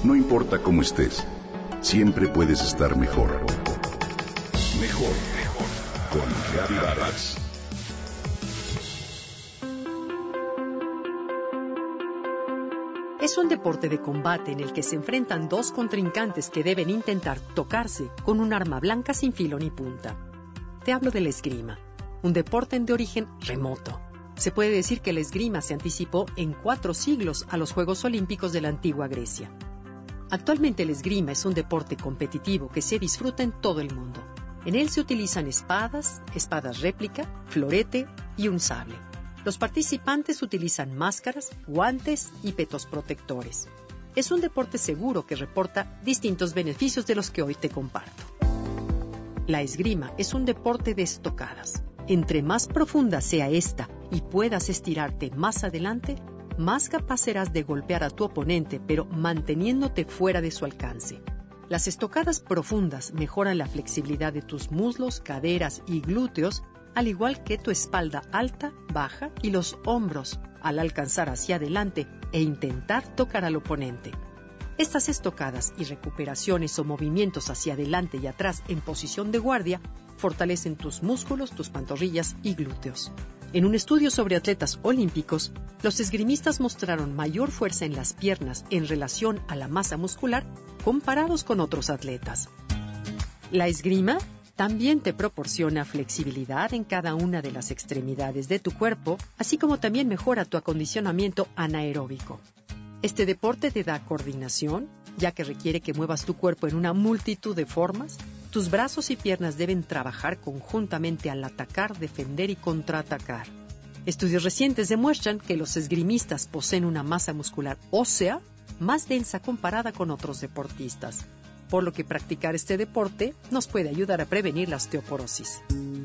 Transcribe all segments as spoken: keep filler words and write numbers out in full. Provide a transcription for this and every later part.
No importa cómo estés, siempre puedes estar mejor. Mejor, mejor. Con Gaby Vargas. Es un deporte de combate en el que se enfrentan dos contrincantes que deben intentar tocarse con un arma blanca sin filo ni punta. Te hablo de la esgrima, un deporte de origen remoto. Se puede decir que la esgrima se anticipó en cuatro siglos a los Juegos Olímpicos de la antigua Grecia. Actualmente el esgrima es un deporte competitivo que se disfruta en todo el mundo. En él se utilizan espadas, espadas réplica, florete y un sable. Los participantes utilizan máscaras, guantes y petos protectores. Es un deporte seguro que reporta distintos beneficios de los que hoy te comparto. La esgrima es un deporte de estocadas. Entre más profunda sea esta y puedas estirarte más adelante, más capaz serás de golpear a tu oponente, pero manteniéndote fuera de su alcance. Las estocadas profundas mejoran la flexibilidad de tus muslos, caderas y glúteos, al igual que tu espalda alta, baja y los hombros al alcanzar hacia adelante e intentar tocar al oponente. Estas estocadas y recuperaciones o movimientos hacia adelante y atrás en posición de guardia fortalecen tus músculos, tus pantorrillas y glúteos. En un estudio sobre atletas olímpicos, los esgrimistas mostraron mayor fuerza en las piernas en relación a la masa muscular comparados con otros atletas. La esgrima también te proporciona flexibilidad en cada una de las extremidades de tu cuerpo, así como también mejora tu acondicionamiento anaeróbico. Este deporte te da coordinación, ya que requiere que muevas tu cuerpo en una multitud de formas. Tus brazos y piernas deben trabajar conjuntamente al atacar, defender y contraatacar. Estudios recientes demuestran que los esgrimistas poseen una masa muscular ósea más densa comparada con otros deportistas, por lo que practicar este deporte nos puede ayudar a prevenir la osteoporosis.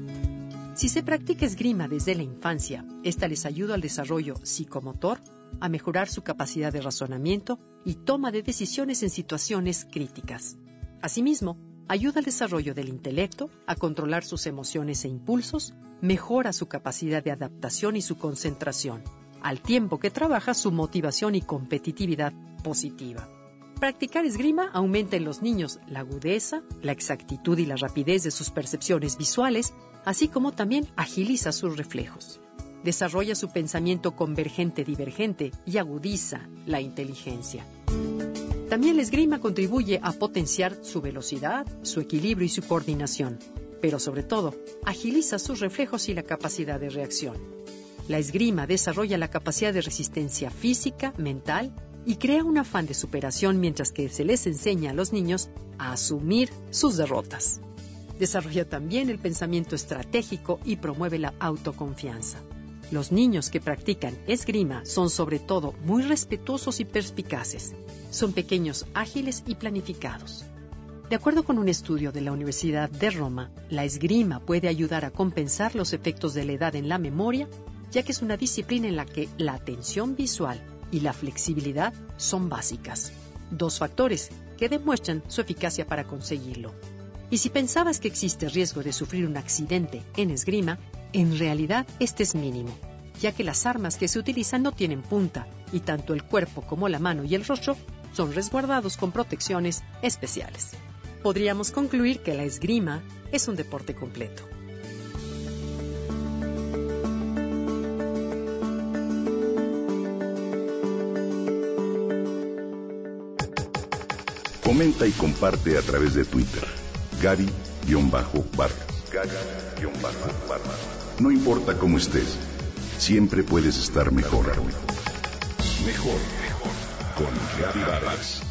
Si se practica esgrima desde la infancia, esta les ayuda al desarrollo psicomotor, a mejorar su capacidad de razonamiento y toma de decisiones en situaciones críticas. Asimismo, ayuda al desarrollo del intelecto, a controlar sus emociones e impulsos, mejora su capacidad de adaptación y su concentración, al tiempo que trabaja su motivación y competitividad positiva. Practicar esgrima aumenta en los niños la agudeza, la exactitud y la rapidez de sus percepciones visuales, así como también agiliza sus reflejos. Desarrolla su pensamiento convergente-divergente y agudiza la inteligencia. También la esgrima contribuye a potenciar su velocidad, su equilibrio y su coordinación, pero sobre todo, agiliza sus reflejos y la capacidad de reacción. La esgrima desarrolla la capacidad de resistencia física, mental y crea un afán de superación mientras que se les enseña a los niños a asumir sus derrotas. Desarrolla también el pensamiento estratégico y promueve la autoconfianza. Los niños que practican esgrima son sobre todo muy respetuosos y perspicaces. Son pequeños, ágiles y planificados. De acuerdo con un estudio de la Universidad de Roma, la esgrima puede ayudar a compensar los efectos de la edad en la memoria, ya que es una disciplina en la que la atención visual y la flexibilidad son básicas. Dos factores que demuestran su eficacia para conseguirlo. Y si pensabas que existe riesgo de sufrir un accidente en esgrima, en realidad este es mínimo, ya que las armas que se utilizan no tienen punta y tanto el cuerpo como la mano y el rostro son resguardados con protecciones especiales. Podríamos concluir que la esgrima es un deporte completo. Comenta y comparte a través de Twitter. Gaby-Vargas. Gaby-Vargas. No importa cómo estés, siempre puedes estar mejor. Mejor, mejor. Con Gaby Vargas.